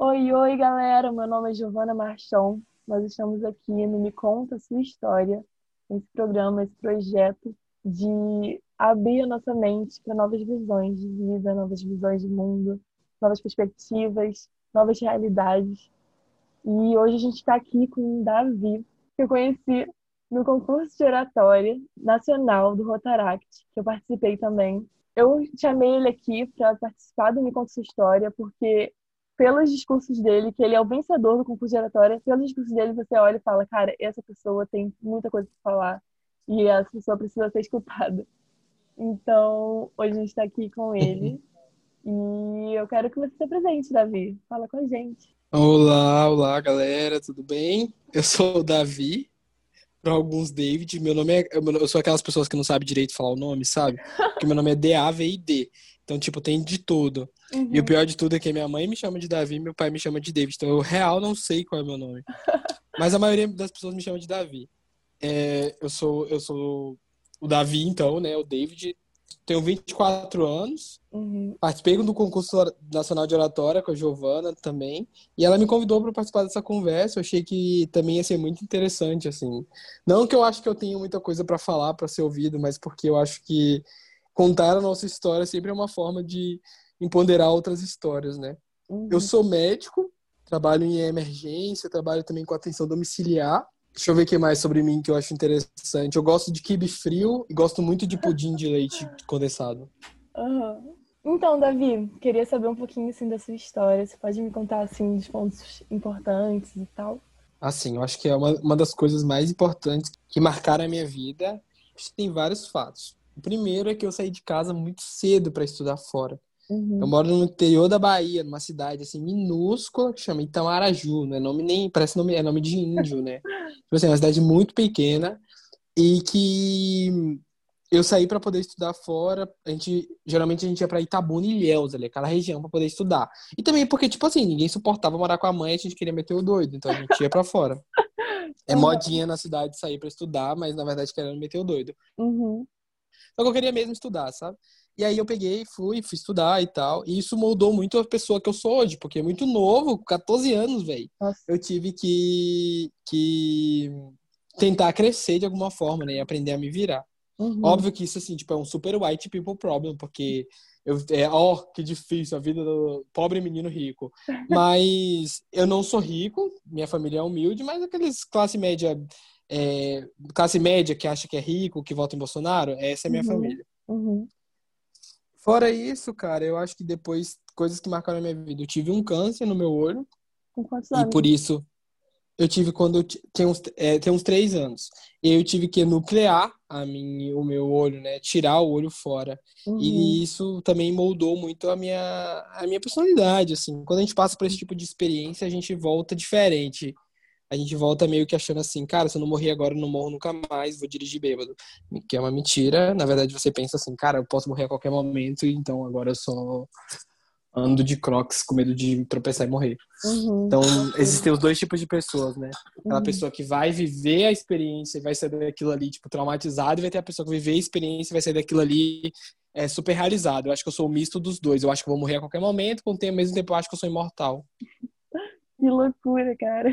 Oi, oi, galera. Meu nome é Giovana Marchon. Nós estamos aqui no Me Conta Sua História, esse programa, esse projeto de abrir a nossa mente para novas visões de vida, novas visões de mundo, novas perspectivas, novas realidades. E hoje a gente está aqui com o Davi, que eu conheci no concurso de oratória nacional do Rotaract, que eu participei também. Eu chamei ele aqui para participar do Me Conta Sua História, porque pelos discursos dele, que ele é o vencedor do concurso de oratória, pelos discursos dele você olha e fala, cara, essa pessoa tem muita coisa para falar e essa pessoa precisa ser escutada. Então, hoje a gente está aqui com ele e eu quero que você se apresente, Davi. Fala com a gente. Olá, olá, galera, tudo bem? Eu sou o Davi, para alguns David. Meu nome é. Eu sou aquelas pessoas que não sabem direito falar o nome, sabe? Porque meu nome é D-A-V-I-D. Então, tipo, tem de tudo. E o Uhum. pior de tudo é que minha mãe me chama de Davi e meu pai me chama de David. Então, eu real não sei qual é o meu nome. Mas a maioria das pessoas me chama de Davi. Eu sou o Davi, então, né? O David. Tenho 24 anos. Uhum. Participei do concurso nacional de oratória com a Giovana também, e ela me convidou para participar dessa conversa. Eu achei que também ia ser muito interessante, assim. Não que eu acho que eu tenho muita coisa para falar, para ser ouvido, mas porque eu acho que contar a nossa história sempre é uma forma de empoderar outras histórias, né? Eu Uhum. sou médico, trabalho em emergência, trabalho também com atenção domiciliar. Deixa eu ver o que mais sobre mim que eu acho interessante. Eu gosto de quibe frio e gosto muito de pudim de leite condensado. Aham. Então, Davi, queria saber um pouquinho assim da sua história. Você pode me contar assim dos pontos importantes e tal? Assim, eu acho que é uma das coisas mais importantes que marcaram a minha vida. Acho que tem vários fatos. O primeiro é que eu saí de casa muito cedo para estudar fora. Eu Uhum. moro no interior da Bahia, numa cidade assim minúscula que chama Itamaraju, não é nome nem parece nome, é nome de índio, né? Tipo assim, é uma cidade muito pequena e que eu saí para poder estudar fora. Geralmente a gente ia para Itabuna e Ilhéus, ali, aquela região para poder estudar. E também porque tipo assim, ninguém suportava morar com a mãe, a gente queria meter o doido, então a gente ia para fora. É Aham. modinha na cidade sair para estudar, mas na verdade querendo meter o doido. Uhum. Só que eu queria mesmo estudar, sabe? E aí eu peguei, fui estudar e tal. E isso moldou muito a pessoa que eu sou hoje, porque é muito novo, com 14 anos, velho. Nossa. Eu tive que tentar crescer de alguma forma, né? E aprender a me virar. Uhum. Óbvio que isso, assim, tipo, é um super white people problem, porque que difícil a vida do pobre menino rico. Mas eu não sou rico, minha família é humilde, mas aqueles classe média que acha que é rico, que vota em Bolsonaro, essa é a minha Uhum. família. Uhum. Fora isso, cara, eu acho que depois, coisas que marcaram a minha vida, eu tive um câncer no meu olho, Com quantos e anos por isso? isso eu tive quando tinha uns 3 anos. E eu tive que nuclear o meu olho, né? Tirar o olho fora. Uhum. E isso também moldou muito a minha personalidade, assim. Quando a gente passa por esse tipo de experiência, a gente volta diferente. A gente volta meio que achando assim, cara, se eu não morrer agora, eu não morro nunca mais, vou dirigir bêbado. Que é uma mentira. Na verdade, você pensa assim, cara, eu posso morrer a qualquer momento, então agora eu só ando de Crocs com medo de tropeçar e morrer. Uhum. Então, Que loucura. existem os dois tipos de pessoas, né? Aquela Uhum. pessoa que vai viver a experiência e vai sair daquilo ali, tipo, traumatizado, e vai ter a pessoa que vai viver a experiência e vai sair daquilo ali super realizado. Eu acho que eu sou o misto dos dois. Eu acho que eu vou morrer a qualquer momento, ao mesmo tempo eu acho que eu sou imortal. Que loucura, cara.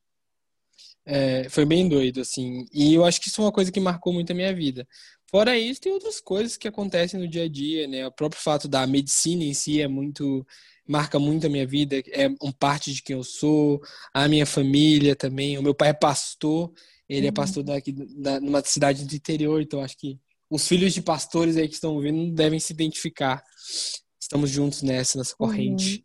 Foi bem doido, assim. E eu acho que isso é uma coisa que marcou muito a minha vida. Fora isso, tem outras coisas que acontecem no dia a dia, né? O próprio fato da medicina em si marca muito a minha vida, é um parte de quem eu sou, a minha família também. O meu pai é pastor, ele é pastor Uhum. daqui, numa cidade do interior, então acho que os filhos de pastores aí que estão ouvindo devem se identificar. Estamos juntos nessa Uhum. corrente.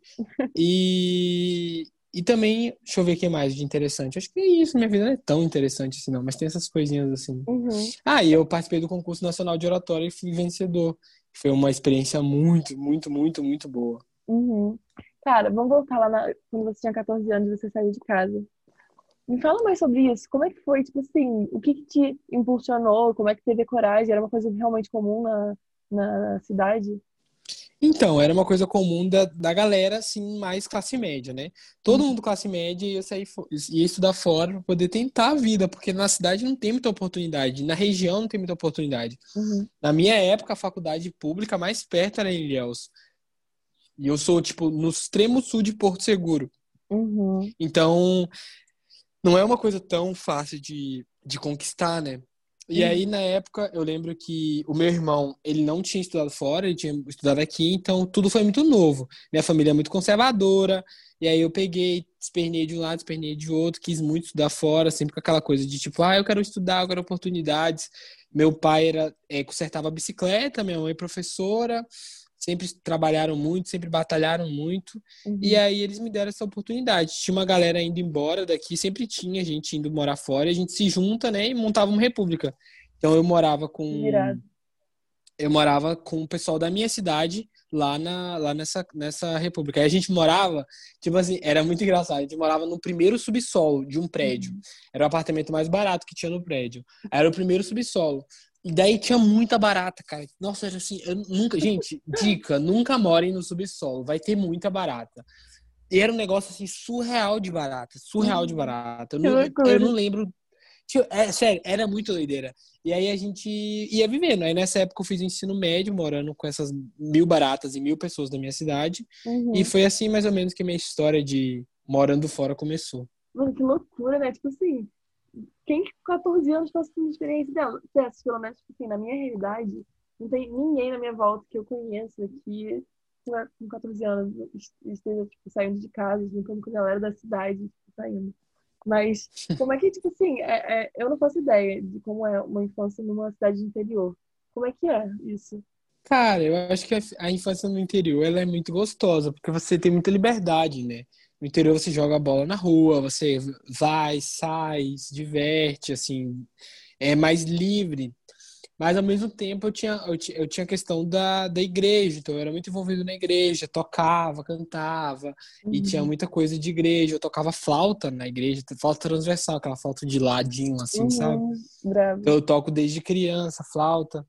E também, deixa eu ver o que mais de interessante. Acho que é isso, minha vida não é tão interessante assim, não, mas tem essas coisinhas assim. Uhum. Ah, e eu participei do concurso nacional de oratória e fui vencedor. Foi uma experiência muito, muito, muito, muito boa. Uhum. Cara, vamos voltar lá quando você tinha 14 anos e você saiu de casa. Me fala mais sobre isso. Como é que foi? Tipo assim, o que que te impulsionou? Como é que teve a coragem? Era uma coisa realmente comum na cidade? Então, era uma coisa comum da galera, assim, mais classe média, né? Todo Uhum. mundo classe média ia estudar fora para poder tentar a vida, porque na cidade não tem muita oportunidade, na região não tem muita oportunidade. Uhum. Na minha época, a faculdade pública mais perto era em Ilhéus. E eu sou, tipo, no extremo sul de Porto Seguro. Uhum. Então, não é uma coisa tão fácil de conquistar, né? E aí, Uhum. na época, eu lembro que o meu irmão, ele não tinha estudado fora, ele tinha estudado aqui, então tudo foi muito novo. Minha família é muito conservadora, e aí eu peguei, espernei de um lado, espernei de outro, quis muito estudar fora, sempre com aquela coisa de tipo, eu quero estudar, eu quero oportunidades. Meu pai consertava bicicleta, minha mãe é professora, sempre trabalharam muito, sempre batalharam muito. E Uhum. aí eles me deram essa oportunidade. Tinha uma galera indo embora daqui, sempre tinha gente indo morar fora, e a gente se junta, né, e montava uma república. Então Virado. eu morava com o pessoal da minha cidade lá nessa república. Aí a gente morava, tipo assim, era muito engraçado. A gente morava no primeiro subsolo de um prédio. Uhum. Era o apartamento mais barato que tinha no prédio. Aí era o primeiro subsolo. E daí tinha muita barata, cara. Nossa, era assim, eu nunca, gente, dica, nunca morem no subsolo, vai ter muita barata. E era um negócio assim surreal de barata, surreal de Uhum. barata. Que Eu loucura. não lembro. Sério, era muito doideira. E aí a gente ia vivendo. Aí nessa época eu fiz o ensino médio, morando com essas 1.000 baratas e 1.000 pessoas da minha cidade. E Uhum. foi assim mais ou menos que a minha história de morando fora começou. Mano, que loucura, né? Tipo assim, quem que com 14 anos passa por uma experiência dessas, pelo menos, tipo assim, na minha realidade, não tem ninguém na minha volta que eu conheça que com 14 anos esteja, tipo, saindo de casa, juntando com a galera da cidade, tipo, saindo. Mas como é que, tipo assim, eu não faço ideia de como é uma infância numa cidade de interior. Como é que é isso? Cara, eu acho que a infância no interior ela é muito gostosa, porque você tem muita liberdade, né? No interior você joga a bola na rua, você vai, sai, se diverte, assim, é mais livre. Mas ao mesmo tempo eu tinha a questão da igreja, então eu era muito envolvido na igreja, tocava, cantava, e tinha Uhum. muita coisa de igreja. Eu tocava flauta na igreja, flauta transversal, aquela flauta de ladinho, assim, sabe? Uhum. Então Bravo. eu toco desde criança, flauta.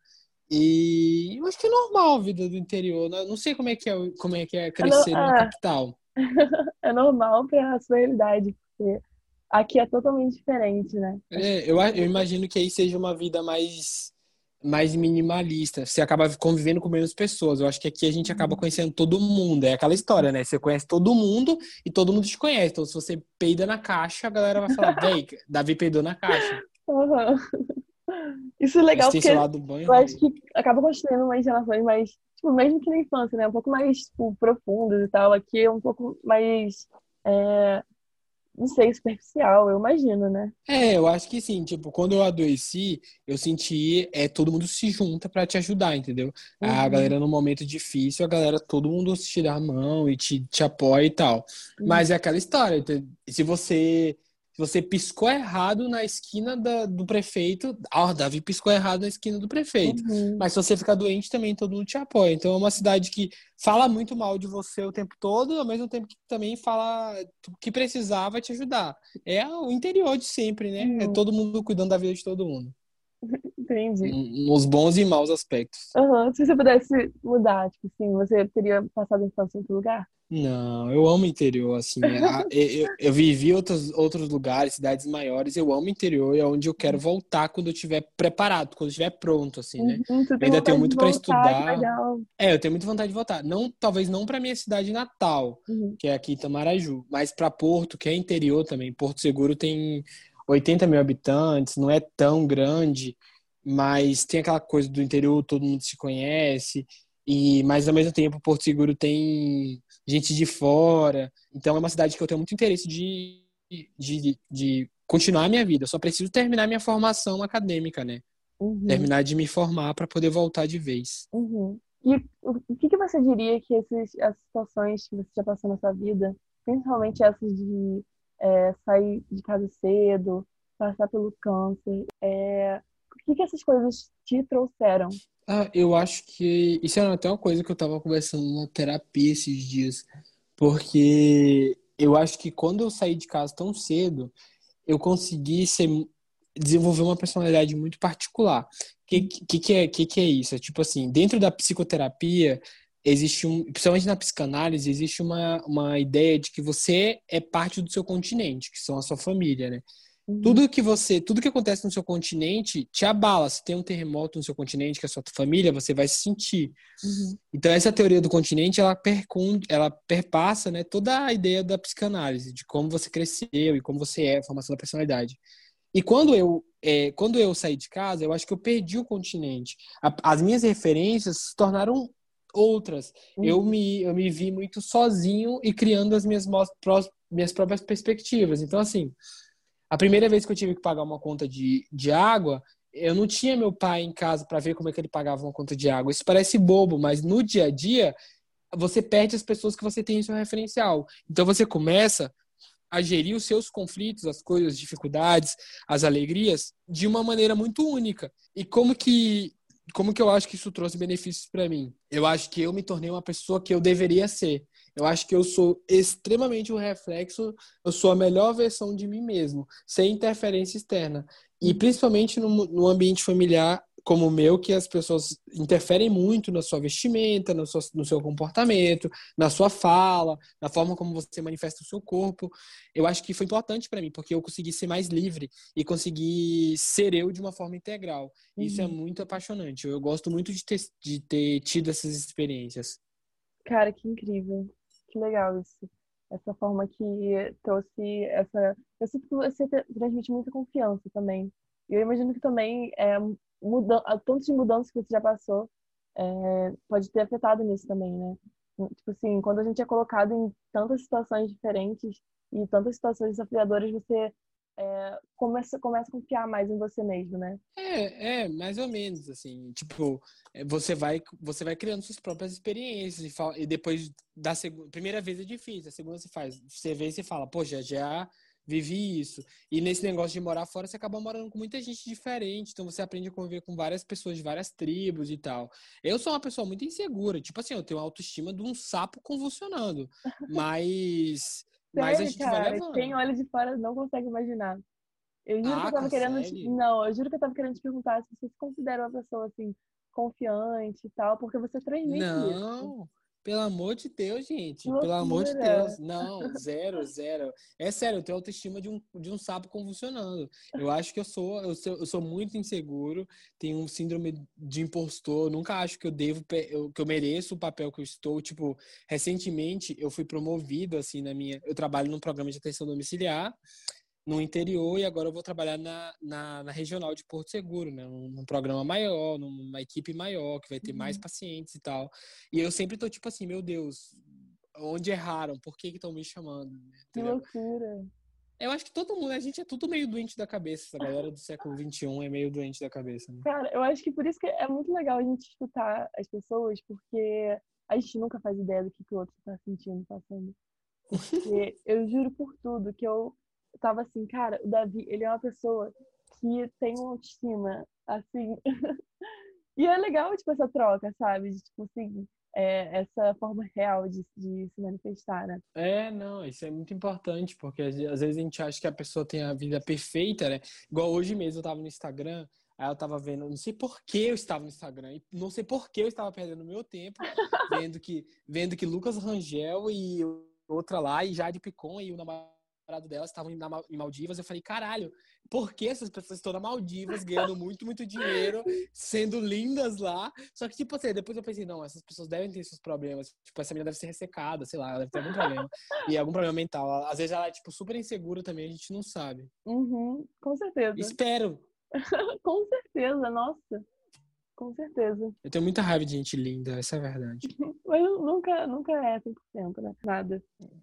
E eu acho que é normal a vida do interior, né? Não sei como é que é É, no- crescer numa é, capital. é normal pra sua realidade, porque aqui é totalmente diferente, né? Acho que Eu imagino que aí seja uma vida mais minimalista. Você acaba convivendo com menos pessoas. Eu acho que aqui a gente acaba conhecendo todo mundo. É aquela história, né? Você conhece todo mundo e todo mundo te conhece. Então, se você peida na caixa, a galera vai falar, véi, Davi peidou na caixa. Uhum. Isso é Mas legal tem porque seu lado bom e eu acho ruim. que acaba construindo umas relações mais, tipo, mesmo que na infância, né? Um pouco mais, tipo, profundas e tal. Aqui é um pouco mais, é, não sei, superficial, eu imagino, né? Eu acho que sim. Tipo, quando eu adoeci, eu senti todo mundo se junta pra te ajudar, entendeu? A Uhum, galera no momento difícil, todo mundo te dá a mão e te apoia e tal. Mas uhum, é aquela história. Se você piscou errado na esquina do prefeito, o Davi piscou errado na esquina do prefeito. uhum, Mas se você ficar doente também, todo mundo te apoia. Então é uma cidade que fala muito mal de você o tempo todo, ao mesmo tempo que também fala que precisar vai te ajudar. É o interior de sempre, né? É uhum. todo mundo cuidando da vida de todo mundo. Entendi. Nos bons e maus aspectos. Uhum. Se você pudesse mudar, tipo assim, você teria passado a infância em outro lugar? Não, eu amo o interior, assim. Eu vivi outros lugares, cidades maiores, eu amo o interior e é onde eu quero voltar quando eu estiver preparado, quando eu estiver pronto, assim, né? Uhum. Você Eu tem ainda tenho vontade de muito para voltar, que estudar. legal. Eu tenho muita vontade de voltar. Não, talvez não para minha cidade natal, Uhum. que é aqui em Itamaraju, mas para Porto, que é interior também. Porto Seguro tem 80 mil habitantes, não é tão grande, mas tem aquela coisa do interior, todo mundo se conhece, mas ao mesmo tempo Porto Seguro tem gente de fora. Então é uma cidade que eu tenho muito interesse de continuar a minha vida. Eu só preciso terminar minha formação acadêmica, né? Uhum. Terminar de me formar para poder voltar de vez. Uhum. E o que que você diria que essas situações que você já passou na sua vida, principalmente essas de sair de casa cedo, passar pelo câncer, o que que essas coisas te trouxeram? Eu acho que isso era até uma coisa que eu estava conversando na terapia esses dias, porque eu acho que quando eu saí de casa tão cedo, eu consegui desenvolver uma personalidade muito particular. Que é isso? É tipo assim, dentro da psicoterapia, existe principalmente na psicanálise, existe uma ideia de que você é parte do seu continente, que são a sua família, né? Uhum. Tudo que acontece no seu continente te abala. Se tem um terremoto no seu continente, que é a sua família, você vai se sentir. Uhum. Então, essa teoria do continente, ela perpassa, né, toda a ideia da psicanálise, de como você cresceu e como você é, a formação da personalidade. E quando eu saí de casa, eu acho que eu perdi o continente. As minhas referências se tornaram outras. Uhum. Eu me vi muito sozinho e criando as minhas próprias perspectivas. Então, assim, a primeira vez que eu tive que pagar uma conta de água, eu não tinha meu pai em casa para ver como é que ele pagava uma conta de água. Isso parece bobo, mas no dia a dia, você perde as pessoas que você tem em seu referencial. Então, você começa a gerir os seus conflitos, as coisas, as dificuldades, as alegrias de uma maneira muito única. E como que eu acho que isso trouxe benefícios para mim? Eu acho que eu me tornei uma pessoa que eu deveria ser. Eu acho que eu sou extremamente o reflexo, eu sou a melhor versão de mim mesmo, sem interferência externa. E Uhum. principalmente no ambiente familiar como o meu, que as pessoas interferem muito na sua vestimenta, no seu comportamento, na sua fala, na forma como você manifesta o seu corpo. Eu acho que foi importante para mim, porque eu consegui ser mais livre e consegui ser eu de uma forma integral. Isso é Uhum. muito apaixonante. Eu gosto muito de ter tido essas experiências. Cara, que incrível. Que legal isso. Essa forma que trouxe essa. Eu sinto que você transmite muita confiança também. E eu imagino que também tanto de mudança que você já passou pode ter afetado nisso também, né? Tipo assim, quando a gente é colocado em tantas situações diferentes e tantas situações desafiadoras, você começa a confiar mais em você mesmo, né? Mais ou menos, assim, tipo, você vai criando suas próprias experiências e depois da primeira vez é difícil, a segunda você vê e você fala, poxa, já vivi isso. E nesse negócio de morar fora, você acaba morando com muita gente diferente, então você aprende a conviver com várias pessoas de várias tribos e tal. Eu sou uma pessoa muito insegura, tipo assim, eu tenho a autoestima de um sapo convulsionando, mas a Sério, gente vai cara, quem levando. olha de fora não consegue imaginar. Eu juro que eu tava Taca, querendo sério? Não, eu juro que eu tava querendo te perguntar se você se considera uma pessoa, assim, confiante e tal, porque você transmite isso. Não, pelo amor de Deus, Que gente. Pelo amor de loucura! Deus. Não, zero, zero. É sério, eu tenho autoestima de um sapo convulsionando. Eu acho que eu sou muito inseguro, tenho um síndrome de impostor, nunca acho que que eu mereço o papel que eu estou. Tipo, recentemente eu fui promovido, assim, eu trabalho num programa de atenção domiciliar no interior e agora eu vou trabalhar na regional de Porto Seguro, né? Num programa maior, numa equipe maior, que vai ter mais Uhum. pacientes e tal. E eu sempre tô tipo assim, meu Deus, onde erraram? Por que estão me chamando? Que Entendeu? loucura! Eu acho que todo mundo, a gente é tudo meio doente da cabeça. Essa galera do século XXI é meio doente da cabeça, né? Cara, eu acho que por isso que é muito legal a gente escutar as pessoas, porque a gente nunca faz ideia do que o outro tá sentindo, passando. Porque eu juro por tudo que eu tava assim, cara, o Davi, ele é uma pessoa que tem uma autoestima, assim. E é legal, tipo, essa troca, sabe? De, tipo, assim, essa forma real de se manifestar, né? Não, isso é muito importante, porque às vezes a gente acha que a pessoa tem a vida perfeita, né? Igual hoje mesmo eu tava no Instagram, aí eu tava vendo, não sei por que eu estava no Instagram, e não sei por que eu estava perdendo meu tempo, vendo que Lucas Rangel e outra lá, e Jade Picon e o namorado dela estavam em Maldivas. Eu falei, caralho, por que essas pessoas estão na Maldivas ganhando muito, muito dinheiro, sendo lindas lá? Só que, tipo assim, depois eu pensei, não, essas pessoas devem ter seus problemas. Tipo, essa menina deve ser ressecada, sei lá, ela deve ter algum problema. E algum problema mental. Às vezes ela é, tipo, super insegura também, a gente não sabe. Uhum, com certeza. Espero. Com certeza, nossa, com certeza. Eu tenho muita raiva de gente linda, essa é a verdade. Mas nunca é 100%, né? Nada.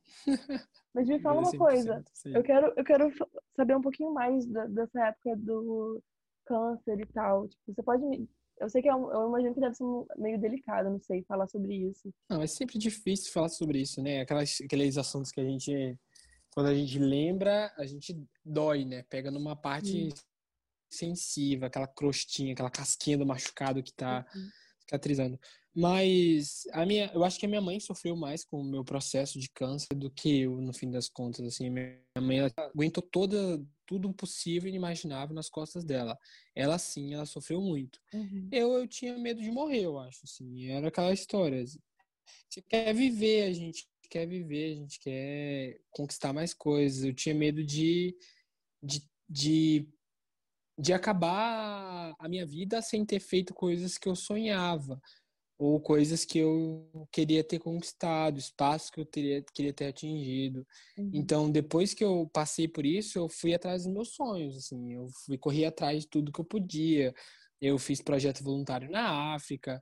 Mas me fala Vida uma cem por coisa. cento sim. Eu quero saber um pouquinho mais dessa época do câncer e tal. Tipo, você pode me. Eu sei que eu imagino que deve ser meio delicado, não sei, falar sobre isso. Não, é sempre difícil falar sobre isso, né? Aqueles assuntos que a gente, quando a gente lembra, a gente dói, né? Pega numa parte Sim. sensível, aquela crostinha, aquela casquinha do machucado que tá Uhum. cicatrizando. Mas eu acho que a minha mãe sofreu mais com o meu processo de câncer do que eu, no fim das contas, assim. Minha mãe, ela aguentou tudo possível e inimaginável nas costas dela. Ela, sim, ela sofreu muito. Uhum. Eu tinha medo de morrer, eu acho, assim. Era aquela história. Você quer viver, a gente quer viver, a gente quer conquistar mais coisas. Eu tinha medo de de, de acabar a minha vida sem ter feito coisas que eu sonhava, ou coisas que eu queria ter conquistado, espaços que eu queria ter atingido. Uhum. Então, depois que eu passei por isso, eu fui atrás dos meus sonhos, assim, eu fui correr atrás de tudo que eu podia. Eu fiz projeto voluntário na África,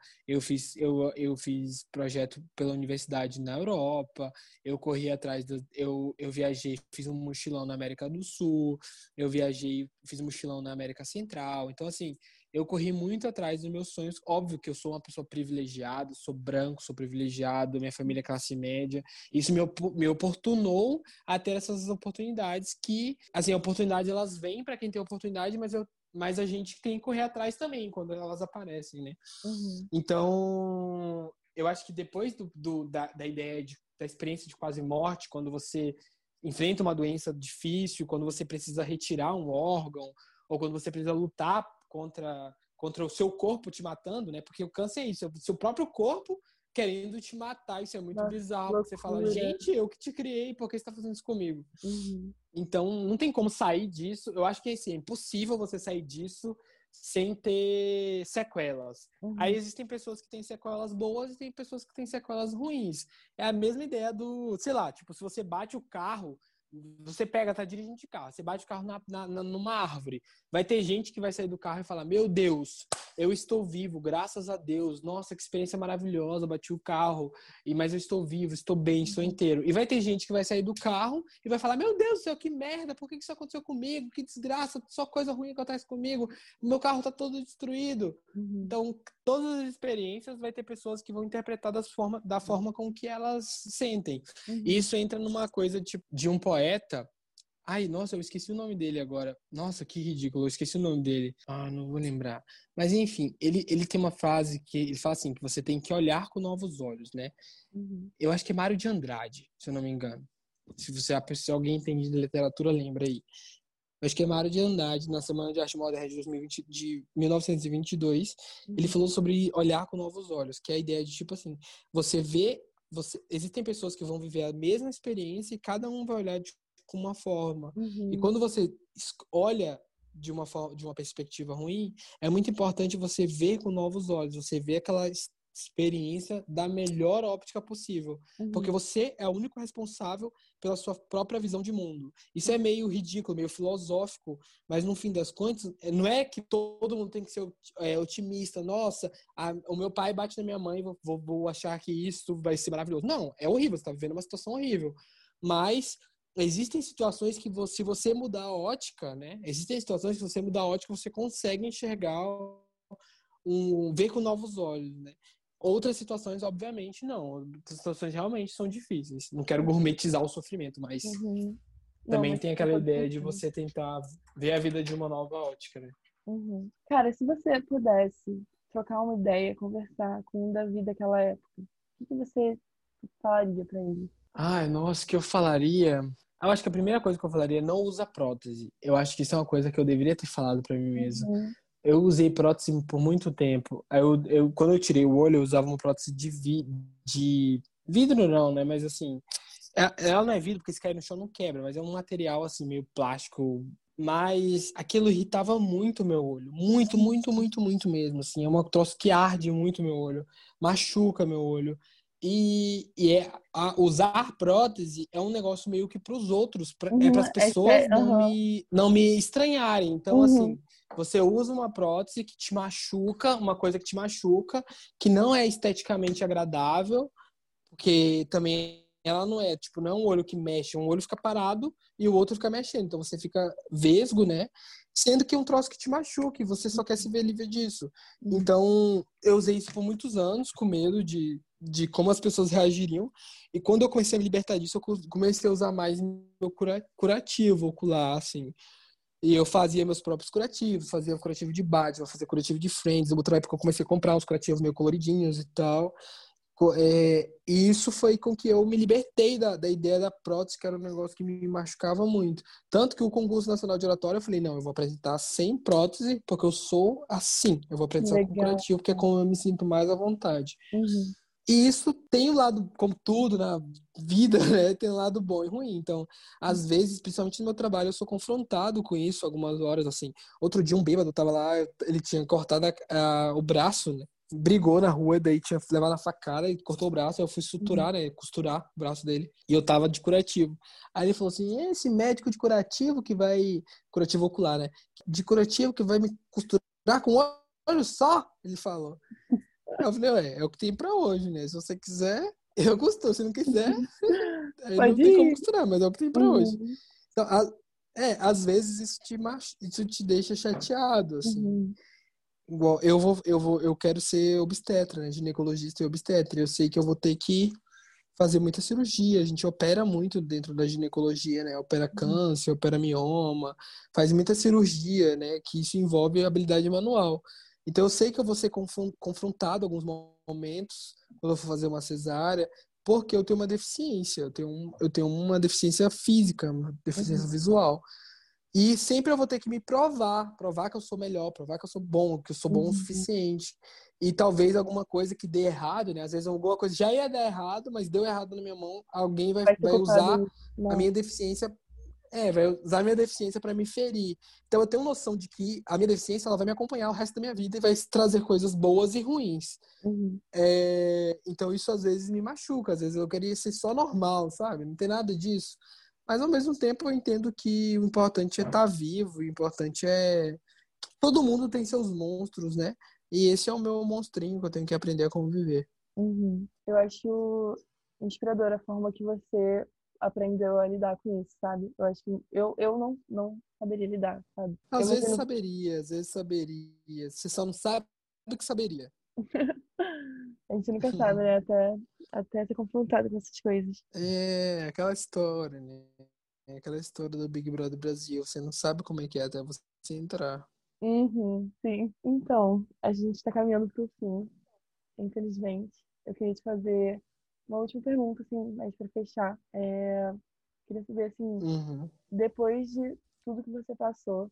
eu fiz projeto pela universidade na Europa, eu corri atrás eu viajei, fiz um mochilão na América do Sul, eu viajei, fiz um mochilão na América Central. Então, assim, eu corri muito atrás dos meus sonhos. Óbvio que eu sou uma pessoa privilegiada, sou branco, sou privilegiado, minha família é classe média. Isso me oportunou a ter essas oportunidades que, assim, a oportunidade elas vêm para quem tem oportunidade, mas a gente tem que correr atrás também quando elas aparecem, né? Uhum. Então, eu acho que depois da ideia da experiência de quase morte, quando você enfrenta uma doença difícil, quando você precisa retirar um órgão, ou quando você precisa lutar contra o seu corpo te matando, né? Porque o câncer é isso, é o seu próprio corpo querendo te matar. Isso é muito Nossa, bizarro, porque você fala, loucura. gente, eu que te criei, por que você está fazendo isso comigo? Uhum. Então, não tem como sair disso. Eu acho que assim, é impossível você sair disso sem ter sequelas. Aí Uhum. existem pessoas que têm sequelas boas e tem pessoas que têm sequelas ruins. É a mesma ideia do, sei lá, tipo, se você bate o carro, você pega, tá dirigindo de carro, você bate o carro numa árvore. Vai ter gente que vai sair do carro e falar: Meu Deus, eu estou vivo, graças a Deus. Nossa, que experiência maravilhosa, bati o carro, mas eu estou vivo, estou bem, estou Uhum. inteiro. E vai ter gente que vai sair do carro e vai falar: Meu Deus do céu, que merda, por que isso aconteceu comigo? Que desgraça, só coisa ruim acontece comigo. Meu carro tá todo destruído. Uhum. Então, todas as experiências vai ter pessoas que vão interpretar da forma com que elas sentem. E Uhum. isso entra numa coisa de um poeta. Ai, nossa, eu esqueci o nome dele agora. Nossa, que ridículo, eu esqueci o nome dele. Ah, não vou lembrar. Mas enfim, ele tem uma frase que ele fala assim, que você tem que olhar com novos olhos, né? Uhum. Eu acho que é Mário de Andrade, se eu não me engano. Se alguém entende de literatura, lembra aí. Eu acho que é Mário de Andrade, na Semana de Arte Moderna de 2020, de 1922, ele Uhum. falou sobre olhar com novos olhos, que é a ideia de, tipo assim, você vê, existem pessoas que vão viver a mesma experiência e cada um vai olhar com uma forma. E Uhum. quando você olha de uma perspectiva ruim, é muito importante você ver com novos olhos, você ver aquela experiência da melhor óptica possível, porque Uhum. você é o único responsável pela sua própria visão de mundo. Isso é meio ridículo, meio filosófico, mas no fim das contas, não é que todo mundo tem que ser otimista. Nossa, o meu pai bate na minha mãe, vou achar que isso vai ser maravilhoso. Não, é horrível, você está vivendo uma situação horrível. Mas existem situações que se você mudar a ótica, né? Existem situações que se você mudar a ótica, você consegue enxergar ver com novos olhos, né? Outras situações, obviamente, não. Outras situações realmente são difíceis. Não quero gourmetizar o sofrimento, mas Uhum. Não, também mas tem faz aquela todo ideia de sentido. você tentar ver a vida de uma nova ótica, né? Uhum. Cara, se você pudesse trocar uma ideia, conversar com um Davi daquela época, o que você falaria pra ele? Ai, nossa, o que eu falaria? Eu acho que a primeira coisa que eu falaria é não usa prótese. Eu acho que isso é uma coisa que eu deveria ter falado pra mim mesmo. Uhum. Eu usei prótese por muito tempo. Quando eu tirei o olho, eu usava uma prótese de vidro, não, né? Mas assim, ela não é vidro, porque se cair no chão não quebra, mas é um material assim, meio plástico. Mas aquilo irritava muito o meu olho. Muito, muito, muito, muito mesmo. Assim, é um troço que arde muito meu olho, machuca meu olho. Usar prótese é um negócio meio que para os outros, para Uhum. as É pessoas sério. Uhum. não me estranharem. Então, Uhum. assim, você usa uma prótese que te machuca, uma coisa que te machuca, que não é esteticamente agradável, porque também ela não é, tipo, não é um olho que mexe, um olho fica parado e o outro fica mexendo. Então você fica vesgo, né? Sendo que é um troço que te machuca e você só quer se ver livre disso. Uhum. Então eu usei isso por muitos anos, com medo de como as pessoas reagiriam. E quando eu comecei a me libertar disso, eu comecei a usar mais meu curativo ocular, assim. E eu fazia meus próprios curativos, fazia curativo de Batman, fazia curativo de Friends. Outra época eu comecei a comprar uns curativos meio coloridinhos e tal. E isso foi com que eu me libertei da ideia da prótese, que era um negócio que me machucava muito. Tanto que o concurso nacional de oratória, eu falei, não, eu vou apresentar sem prótese, porque eu sou assim. Eu vou apresentar com Legal. curativo, porque é como eu me sinto mais à vontade. Uhum. E isso tem o lado, como tudo na vida, né? Tem um lado bom e ruim. Então, às vezes, principalmente no meu trabalho, eu sou confrontado com isso algumas horas, assim. Outro dia, um bêbado tava lá, ele tinha cortado o braço, né? Brigou na rua, daí tinha levado a facada e cortou o braço. Aí eu fui Uhum. suturar, né? Costurar o braço dele. E eu tava de curativo. Aí ele falou assim: esse médico de curativo que vai. Curativo ocular, né? De curativo que vai me costurar com um olho só? Ele falou. Aí eu falei, ué, é o que tem pra hoje, né? Se você quiser, eu costumo. Se não quiser, aí não Pode tem como ir. costurar, mas é o que tem pra hoje. Uhum. Então, às vezes isso te deixa chateado, assim. Uhum. Igual, eu quero ser obstetra, né? Ginecologista e obstetra. Eu sei que eu vou ter que fazer muita cirurgia. A gente opera muito dentro da ginecologia, né? Opera Uhum. câncer, opera mioma, faz muita cirurgia, né? Que isso envolve habilidade manual. Então eu sei que eu vou ser confrontado em alguns momentos quando eu for fazer uma cesárea, porque eu tenho uma deficiência. Eu tenho uma deficiência física, uma deficiência Uhum. visual. E sempre eu vou ter que me provar que eu sou melhor, provar que eu sou bom, que eu sou bom o Uhum. suficiente. E talvez alguma coisa que dê errado, né? Às vezes alguma coisa já ia dar errado, mas deu errado na minha mão, alguém Vai ser vai culpado usar isso. a Não. minha deficiência, vai usar a minha deficiência para me ferir. Então eu tenho noção de que a minha deficiência ela vai me acompanhar o resto da minha vida e vai trazer coisas boas e ruins. Uhum. Então isso às vezes me machuca, às vezes eu queria ser só normal, sabe? Não tem nada disso. Mas ao mesmo tempo eu entendo que o importante é estar vivo, o importante é. Todo mundo tem seus monstros, né? E esse é o meu monstrinho que eu tenho que aprender a conviver. Uhum. Eu acho inspiradora a forma que você aprendeu a lidar com isso, sabe? Eu acho que eu não saberia lidar, sabe? Eu Às vezes imagino. saberia, às vezes saberia. Você só não sabe do que saberia. A gente nunca sabe, né? Até ser confrontado com essas coisas. É aquela história, né? É aquela história do Big Brother Brasil. Você não sabe como é que é até você entrar. Uhum, sim. Então, a gente está caminhando para o fim, infelizmente. Eu queria te fazer uma última pergunta, assim, mais para fechar. Queria saber, assim, Uhum. depois de tudo que você passou,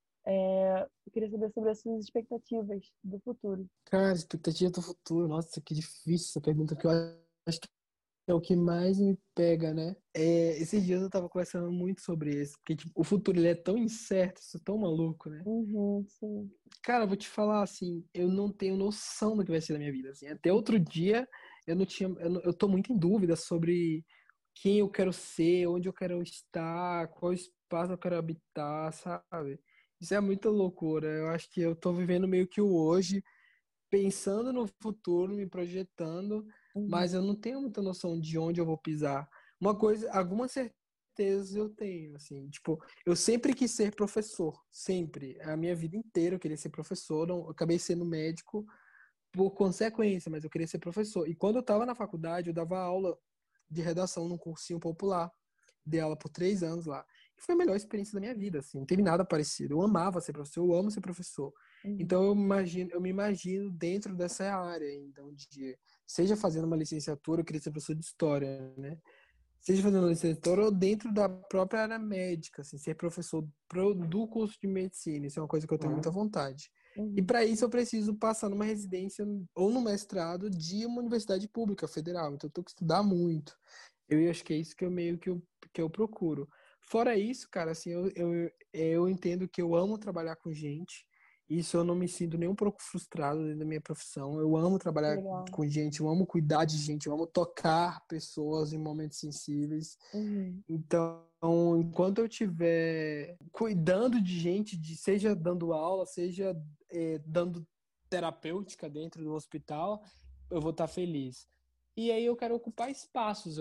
eu queria saber sobre as suas expectativas do futuro. Cara, expectativa do futuro. Nossa, que difícil essa pergunta, que eu acho que é o que mais me pega, né? Esses dias eu tava conversando muito sobre isso, porque tipo, o futuro ele é tão incerto, isso é tão maluco, né? Uhum, sim. Cara, eu vou te falar assim, eu não tenho noção do que vai ser da minha vida, assim. Até outro dia eu não tinha, eu tô muito em dúvida sobre quem eu quero ser, onde eu quero estar, qual espaço eu quero habitar, sabe? Isso é muita loucura. Eu acho que eu tô vivendo meio que o hoje, pensando no futuro, me projetando, mas Uhum, eu não tenho muita noção de onde eu vou pisar. Uma coisa, algumas certezas eu tenho, assim, tipo, eu sempre quis ser professor, sempre. A minha vida inteira eu queria ser professor, não, eu acabei sendo médico por consequência, mas eu queria ser professor. E quando eu estava na faculdade, eu dava aula de redação num cursinho popular. Dei aula por 3 anos lá. E foi a melhor experiência da minha vida, assim. Não teve nada parecido. Eu amava ser professor, eu amo ser professor. uhum, Então eu me imagino dentro dessa área, então, seja fazendo uma licenciatura, eu queria ser professor de história, né? Seja fazendo uma licenciatura ou dentro da própria área médica, assim, ser professor do curso de medicina. Isso é uma coisa que eu tenho muita vontade. E uhum, para isso eu preciso passar numa residência ou no mestrado de uma universidade pública federal. Então eu tenho que estudar muito. Eu acho que é isso que eu meio que eu procuro. Fora isso, cara, assim, eu entendo que eu amo trabalhar com gente. Isso eu não me sinto nem um pouco frustrado dentro da minha profissão. Eu amo que trabalhar legal. com gente, eu amo cuidar de gente, eu amo tocar pessoas em momentos sensíveis. Uhum, Então, enquanto eu estiver cuidando de gente, seja dando aula, seja dando terapêutica dentro do hospital, eu vou estar feliz. E aí eu quero ocupar espaços,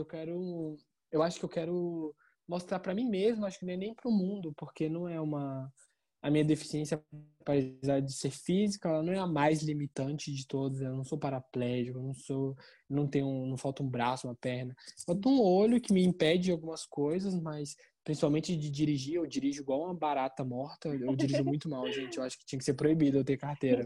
eu acho que eu quero mostrar para mim mesmo, acho que não é nem para o mundo, porque não é a minha deficiência, apesar de ser física, ela não é a mais limitante de todas. Eu não sou paraplégico, não falta um braço, uma perna. Falta um olho que me impede de algumas coisas, mas principalmente de dirigir, eu dirijo igual uma barata morta. Eu dirijo muito mal, gente. Eu acho que tinha que ser proibido eu ter carteira.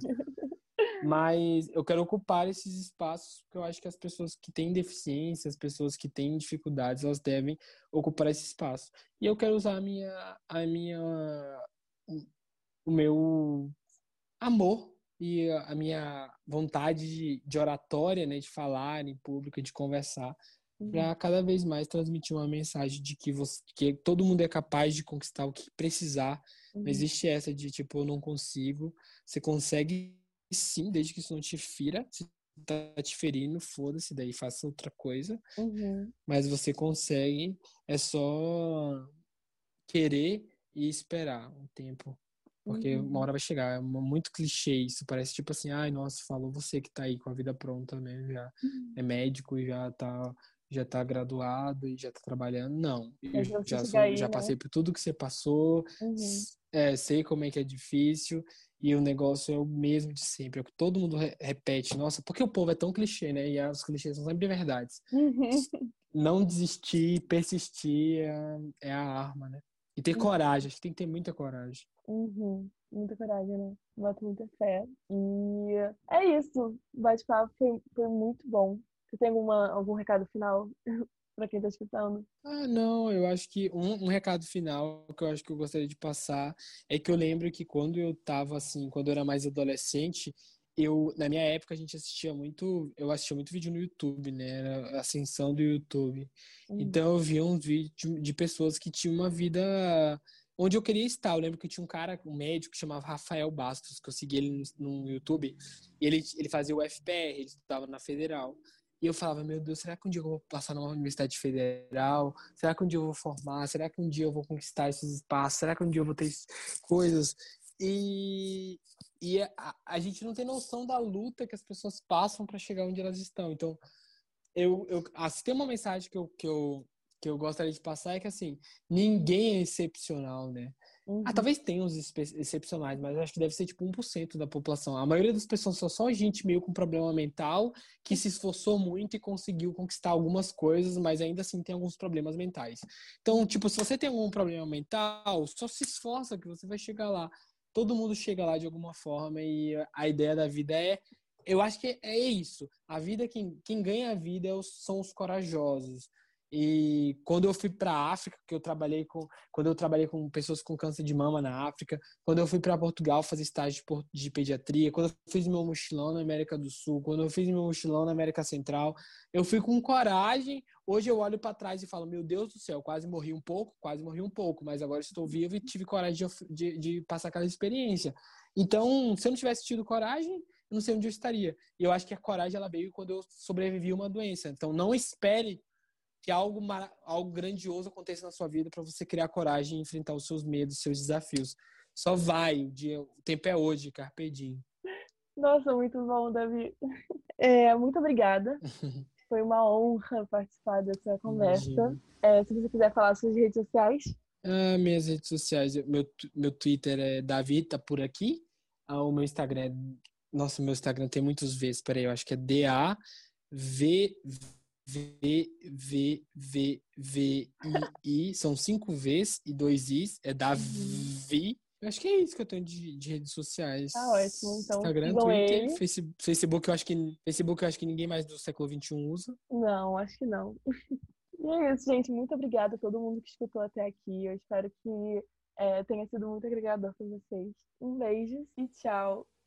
Mas eu quero ocupar esses espaços, porque eu acho que as pessoas que têm deficiência, as pessoas que têm dificuldades, elas devem ocupar esse espaço. E eu quero usar o meu amor e a minha vontade de oratória, né, de falar em público, de conversar, Uhum. para cada vez mais transmitir uma mensagem de que que todo mundo é capaz de conquistar o que precisar. Não Uhum. existe essa de tipo, eu não consigo. Você consegue sim, desde que isso não te fira. Se tá te ferindo, foda-se, daí faça outra coisa. Uhum. Mas você consegue, é só querer e esperar um tempo. Porque uma Uhum. hora vai chegar. É muito clichê isso. Parece tipo assim, ai, nossa, falou você que tá aí com a vida pronta, né? Já é Uhum. médico e já tá graduado e já tá trabalhando. Não. Eu Mas se você já chegar sou, aí, já né? passei por tudo que você passou, Uhum. sei como é que é difícil e o negócio é o mesmo de sempre. É o que todo mundo repete. Nossa, porque o povo é tão clichê, né? E os clichês são sempre verdades. Uhum. Não desistir, persistir é a arma, né? E ter coragem, acho que tem que ter muita coragem. Uhum. Muita coragem, né? Boto muita fé. E é isso. O bate-papo foi muito bom. Você tem algum recado final para quem tá escutando? Ah, não, eu acho que um recado final que eu acho que eu gostaria de passar é que eu lembro que quando eu tava assim, quando eu era mais adolescente, na minha época a gente eu assistia muito vídeo no YouTube, né? Era a ascensão do YouTube. Uhum. Então eu via uns vídeos de pessoas que tinham uma vida onde eu queria estar. Eu lembro que tinha um cara, um médico que chamava Rafael Bastos, que eu segui ele no YouTube, e ele fazia o FPR, ele estudava na Federal. E eu falava, meu Deus, será que um dia eu vou passar numa universidade federal? Será que um dia eu vou formar? Será que um dia eu vou conquistar esses espaços? Será que um dia eu vou ter coisas? E, a gente não tem noção da luta que as pessoas passam para chegar onde elas estão. Então, se tem uma mensagem que eu gostaria de passar é que, assim, ninguém é excepcional, né? Ah, Uhum. talvez tenha uns excepcionais, mas eu acho que deve ser tipo 1% da população. A maioria das pessoas são só gente meio com problema mental que se esforçou muito e conseguiu conquistar algumas coisas, mas ainda assim tem alguns problemas mentais. Então, Uhum. tipo, se você tem algum problema mental, só se esforça que você vai chegar lá. Todo mundo chega lá de alguma forma e a ideia da vida eu acho que é isso. A vida, quem ganha a vida são os corajosos. E quando eu fui para a África, quando eu trabalhei com pessoas com câncer de mama na África, quando eu fui para Portugal fazer estágio de pediatria, quando eu fiz meu mochilão na América do Sul, quando eu fiz meu mochilão na América Central, eu fui com coragem. Hoje eu olho para trás e falo, meu Deus do céu, quase morri um pouco, mas agora estou vivo e tive coragem de passar aquela experiência. Então, se eu não tivesse tido coragem, eu não sei onde eu estaria. E eu acho que a coragem ela veio quando eu sobrevivi a uma doença. Então, não espere que algo grandioso aconteça na sua vida para você criar coragem e enfrentar os seus medos, os seus desafios. Só vai, o tempo é hoje, carpe diem. Nossa, muito bom, Davi. Muito obrigada. Foi uma honra participar dessa conversa. Imagina. Se você quiser falar suas redes sociais. Ah, minhas redes sociais, meu Twitter é Davi, tá por aqui. Ah, o meu Instagram nossa, meu Instagram tem muitos V's, peraí, eu acho que é DAVVVVVI, são 5 V's e 2 I's, é Uhum. Davi. Eu acho que é isso que eu tenho de redes Tá ótimo. sociais. Então Instagram, sigam Twitter, ele. Facebook eu acho que ninguém mais do século XXI usa. Não, acho que não. E é isso, gente. Muito obrigada a todo mundo que escutou até aqui. Eu espero que tenha sido muito agregador para vocês. Um beijo e tchau.